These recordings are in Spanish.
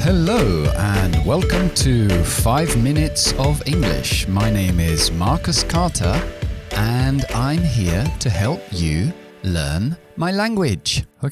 Hello and welcome to 5 Minutes of English. My name is Marcus Carter and I'm here to help you learn my language. Ok,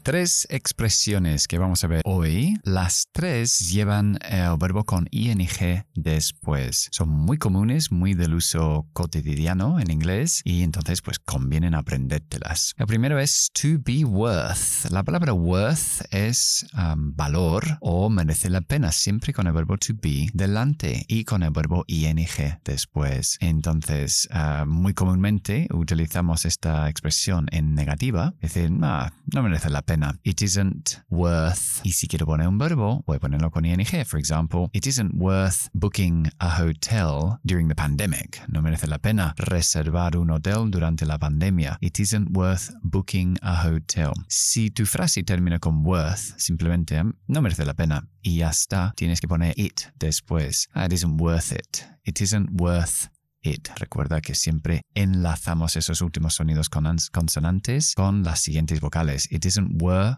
3 expresiones que vamos a ver hoy. Las 3 llevan el verbo con ing después. Son muy comunes, muy del uso cotidiano en inglés y entonces pues convienen aprendértelas. El primero es to be worth. La palabra worth es valor o merece la pena, siempre con el verbo to be delante y con el verbo ing después. Entonces, muy comúnmente utilizamos esta expresión en negativa. Es decir, no merece la pena. It isn't worth. Y si quiero poner un verbo, voy a ponerlo con ing. For example, it isn't worth booking a hotel during the pandemic. No merece la pena reservar un hotel durante la pandemia. It isn't worth booking a hotel. Si tu frase termina con worth, simplemente no merece la pena. Y ya está. Tienes que poner it después. It isn't worth it. It isn't worth it. Recuerda que siempre enlazamos esos últimos sonidos consonantes con las siguientes vocales. It isn't worth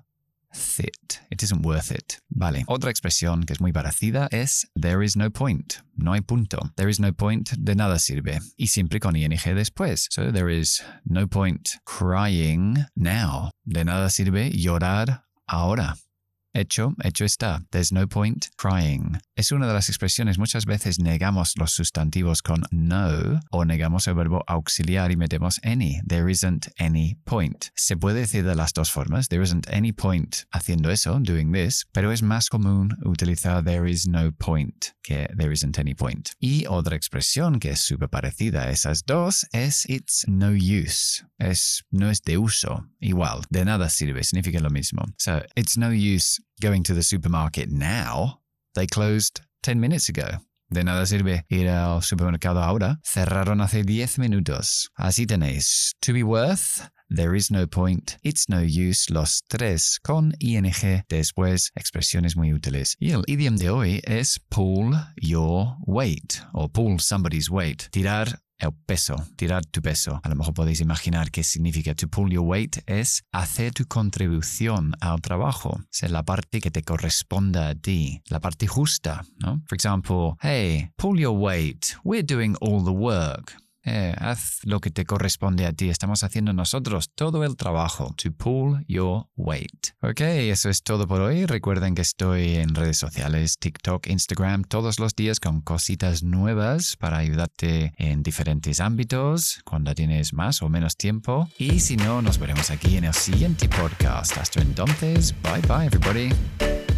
it. It isn't worth it. Vale. Otra expresión que es muy parecida es there is no point. No hay punto. There is no point, de nada sirve. Y siempre con ing después. So there is no point crying now. De nada sirve llorar ahora. Hecho está. There's no point crying. Es una de las expresiones. Muchas veces negamos los sustantivos con no o negamos el verbo auxiliar y metemos any. There isn't any point. Se puede decir de las dos formas. There isn't any point haciendo eso, doing this, pero es más común utilizar there is no point que there isn't any point. Y otra expresión que es súper parecida a esas dos es it's no use. No es de uso. Igual, de nada sirve, significa lo mismo. So, it's no use going to the supermarket now. They closed 10 minutes ago. De nada sirve ir al supermercado ahora. Cerraron hace 10 minutos. Así tenéis to be worth, there is no point, it's no use, los 3 con ing después, expresiones muy útiles. Y el idioma de hoy es pull your weight o pull somebody's weight. Tirar el peso, tirar tu peso. A lo mejor podéis imaginar qué significa to pull your weight es hacer tu contribución al trabajo. Es la parte que te corresponda a ti, la parte justa, ¿no? For example, hey, pull your weight, we're doing all the work. Haz lo que te corresponde a ti. Estamos haciendo nosotros todo el trabajo. To pull your weight. Ok, eso es todo por hoy. Recuerden que estoy en redes sociales, TikTok, Instagram, todos los días con cositas nuevas para ayudarte en diferentes ámbitos cuando tienes más o menos tiempo. Y si no, nos veremos aquí en el siguiente podcast. Hasta entonces, bye bye everybody.